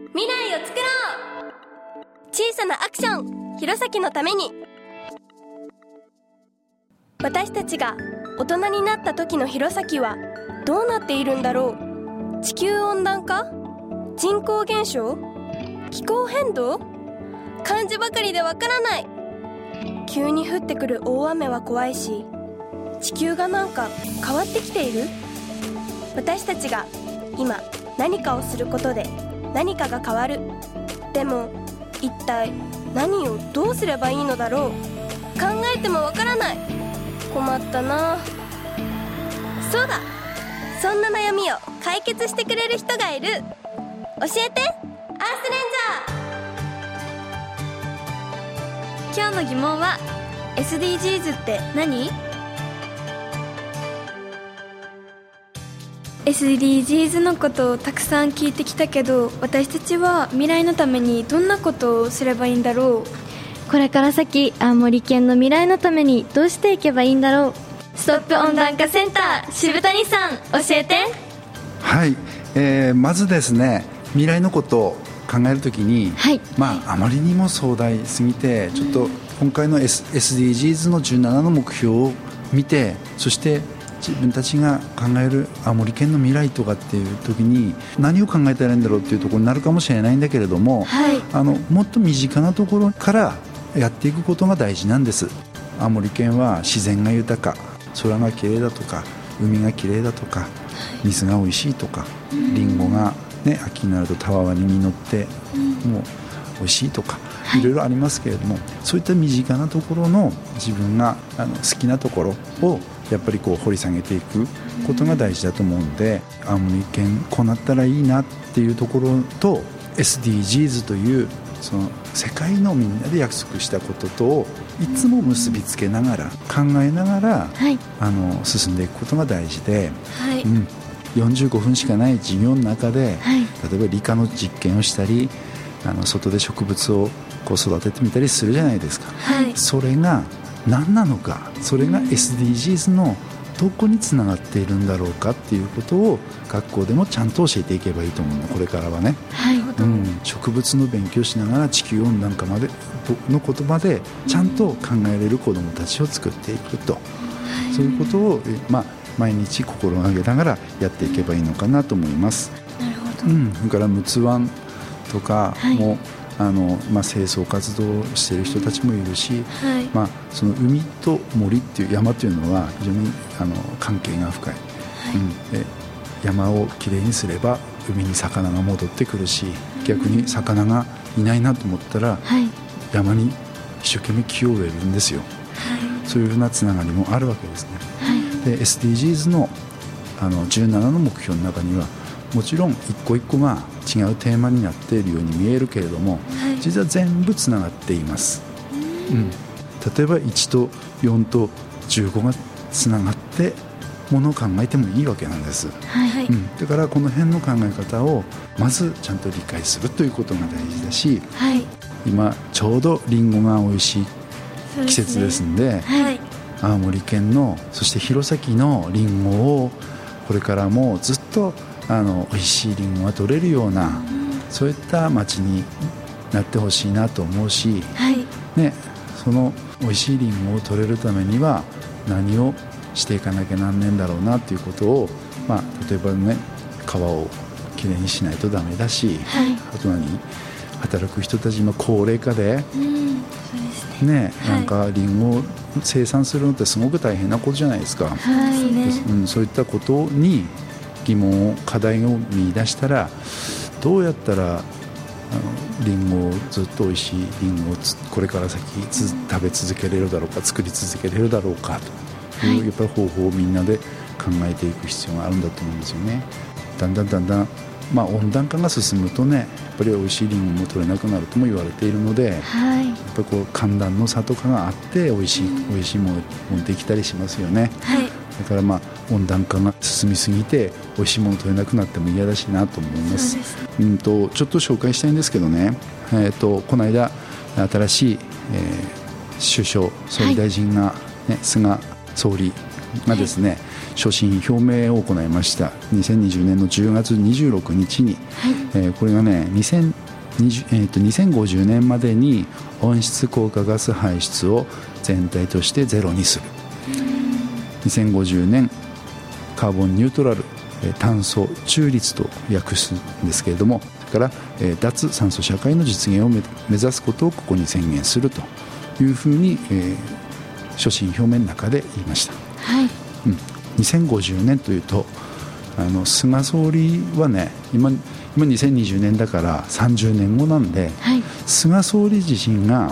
未来を作ろう。小さなアクション、弘前のために。私たちが大人になった時の弘前はどうなっているんだろう。地球温暖化、人口減少、気候変動、漢字ばかりでわからない。急に降ってくる大雨は怖いし、地球がなんか変わってきている。私たちが今何かをすることで何かが変わる。でも一体何をどうすればいいのだろう。考えてもわからない。困ったな。そうだ、そんな悩みを解決してくれる人がいる。教えて、アースレンジャー。今日の疑問は SDGs って何？ SDGs のことをたくさん聞いてきたけど、私たちは未来のためにどんなことをすればいいんだろう。 これから先、青森県の未来のためにどうしていけばいいんだろう。 ストップ温暖化センター、渋谷さん、教えて。 はい、まずですね、未来のことを考えるときに、あまりにも壮大すぎて、ちょっと今回の、SDGs の17の目標を見て、そして自分たちが考える青森県の未来とかっていう時に何を考えたらいいんだろうっていうところになるかもしれないんだけれども、もっと身近なところからやっていくことが大事なんです。青森県は自然が豊か、空がきれいだとか、海がきれいだとか、水がおいしいとか、リンゴが、秋になるとたわわに実ってもうおいしいとか、いろいろありますけれども、そういった身近なところの自分が好きなところをやっぱりこう掘り下げていくことが大事だと思うので、青森県こうなったらいいなっていうところと SDGs というその世界のみんなで約束したことといつも結びつけながら考えながら、進んでいくことが大事で、45分しかない授業の中で、例えば理科の実験をしたり、外で植物をこう育ててみたりするじゃないですか、それが何なのか、それが SDGs のどこにつながっているんだろうかっていうことを学校でもちゃんと教えていけばいいと思うの、これからはね、植物の勉強しながら地球温暖化までの言葉でちゃんと考えれる子どもたちを作っていくと、そういうことを、毎日心がけながらやっていけばいいのかなと思います。 なるほど。 それから陸奥湾とかも、清掃活動をしている人たちもいるし、その海と森っていう山というのは非常に関係が深い、で山をきれいにすれば海に魚が戻ってくるし、逆に魚がいないなと思ったら、山に一生懸命木を植えるんですよ、そういうふうなつながりもあるわけですね、で SDGs の17の目標の中にはもちろん一個一個が違うテーマになっているように見えるけれども、実は全部つながっています、例えば1と4と15がつながってものを考えてもいいわけなんです、だからこの辺の考え方をまずちゃんと理解するということが大事だし、今ちょうどリンゴが美味しい季節ですので、青森県のそして弘前のリンゴをこれからもずっと美味しいリンゴが取れるような、そういった町になってほしいなと思うし、その美味しいリンゴを取れるためには何をしていかなきゃなんねんだろうなということを、例えばね、川をきれいにしないとダメだし、あと働く人たち今高齢化で、なんかリンゴを生産するのってすごく大変なことじゃないですか、そういったことに疑問を課題を見出したら、どうやったらリンゴをずっと美味しいリンゴをこれから先食べ続けれるだろうか、作り続けれるだろうかという、やっぱり方法をみんなで考えていく必要があるんだと思うんですよね。だんだん温暖化が進むとね、やっぱり美味しいリンゴも取れなくなるとも言われているので、やっぱりこう寒暖の差とかがあって美味しいものもできたりしますよね、だから温暖化が進みすぎて美味しいもの取れなくなっても嫌だしなと思います。ちょっと紹介したいんですけどね、この間新しい首相総理大臣が、菅総理がですね、所信表明を行いました。2020年の10月26日に、これがね2050年までに温室効果ガス排出を全体としてゼロにする、2050年カーボンニュートラル、炭素中立と訳すんですけれども、それから、脱炭素社会の実現を目指すことをここに宣言するというふうに、所信表明の中で言いました。2050年というと菅総理はね、今2020年だから30年後なんで、菅総理自身が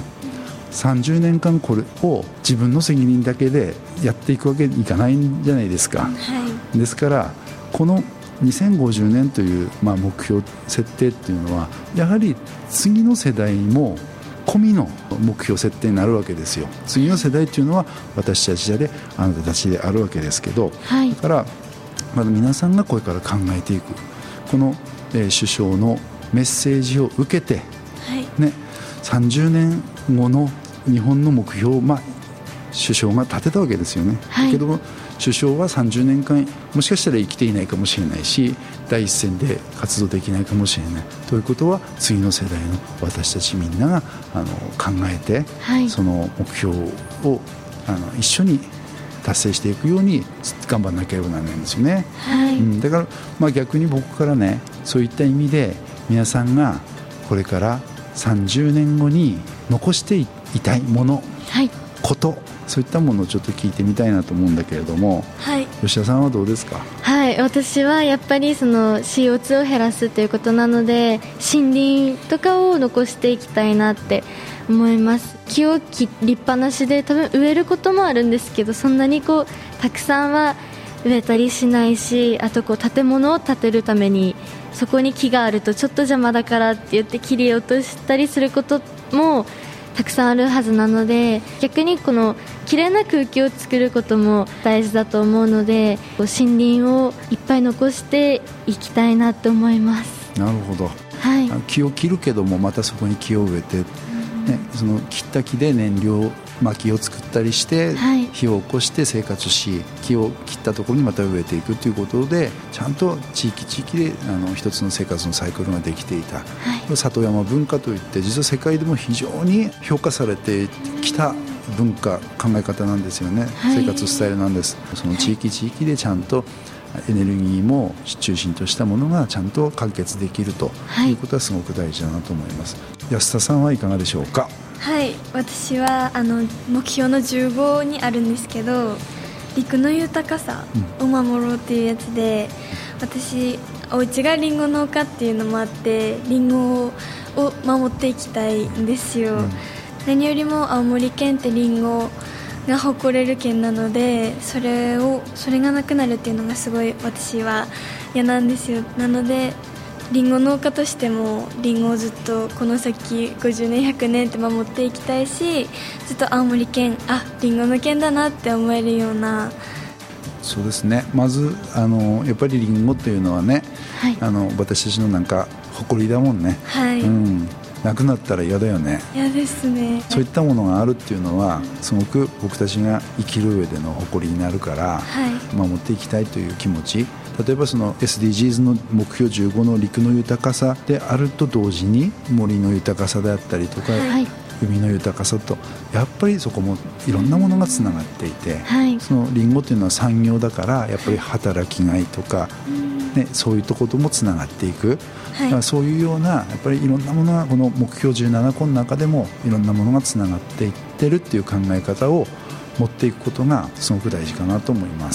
30年間これを自分の責任だけでやっていくわけにいかないんじゃないですか。ですからこの2050年という、目標設定っていうのはやはり次の世代も込みの目標設定になるわけですよ。次の世代というのは私たちであなたたちであるわけですけど、だからまだ皆さんがこれから考えていくこの、首相のメッセージを受けて、30年後の日本の目標を、首相が立てたわけですよね。だけども首相は30年間もしかしたら生きていないかもしれないし、第一線で活動できないかもしれないということは、次の世代の私たちみんなが考えて、その目標を一緒に達成していくように頑張らなければならないんですよね。だから、逆に僕からね、そういった意味で皆さんがこれから30年後に残していたいもの、こと、そういったものをちょっと聞いてみたいなと思うんだけれども、吉田さんはどうですか？ 私はやっぱりその CO2 を減らすということなので、森林とかを残していきたいなって思います。木を切りっぱなしで多分植えることもあるんですけど、そんなにたくさんは植えたりしないし、あと建物を建てるためにそこに木があるとちょっと邪魔だからって言って切り落としたりすることもたくさんあるはずなので、逆にこのきれいな空気を作ることも大事だと思うので、森林をいっぱい残していきたいなと思います。 なるほど、木を切るけどもまたそこに木を植えて、その切った木で燃料薪を作ったりして、火を起こして生活し、木を切ったところにまた植えていくということで、ちゃんと地域で一つの生活のサイクルができていた、里山文化といって、実は世界でも非常に評価されてきた文化、考え方なんですよね。生活スタイルなんです。その地域でちゃんとエネルギーも中心としたものがちゃんと完結できるということはすごく大事だなと思います。安田さんはいかがでしょうか？ 私は目標の15にあるんですけど、陸の豊かさを守ろうっていうやつで、私お家がリンゴ農家っていうのもあって、リンゴを守っていきたいんですよ。何よりも青森県ってリンゴが誇れる県なので、それがなくなるっていうのがすごい私は嫌なんですよ。なのでリンゴ農家としてもリンゴをずっとこの先50年100年って守っていきたいし、ずっと青森県リンゴの県だなって思えるような。 そうですね。まずやっぱりリンゴっていうのはね、私たちの誇りだもんね。なくなったら嫌だよね。 嫌ですね。 そういったものがあるっていうのはすごく僕たちが生きる上での誇りになるから、守っていきたいという気持ち、例えばその SDGs の目標15の陸の豊かさであると同時に、森の豊かさであったりとか、海の豊かさと、やっぱりそこもいろんなものがつながっていて、そのリンゴというのは産業だから、やっぱり働きがいとか、そういうところともつながっていく、そういうようなやっぱりいろんなものがこの目標17個の中でもいろんなものがつながっていってるっていう考え方を持っていくことがすごく大事かなと思います。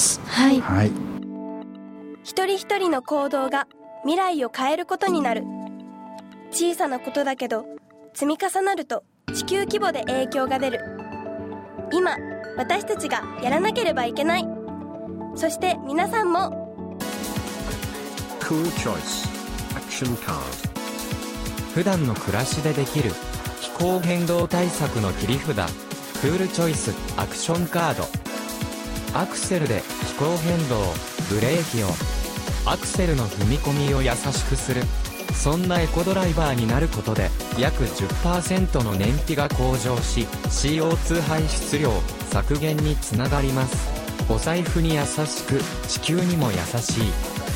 一人一人の行動が未来を変えることになる。小さなことだけど積み重なると地球規模で影響が出る。今私たちがやらなければいけない。そして皆さんも Cool Choice Action Card。 普段の暮らしでできる気候変動対策の切り札、クールチョイスアクションカード。アクセルで気候変動、ブレーキを、アクセルの踏み込みを優しくする、そんなエコドライバーになることで約 10% の燃費が向上し、 CO2 排出量削減につながります。 お財布に優しく地球にも優しい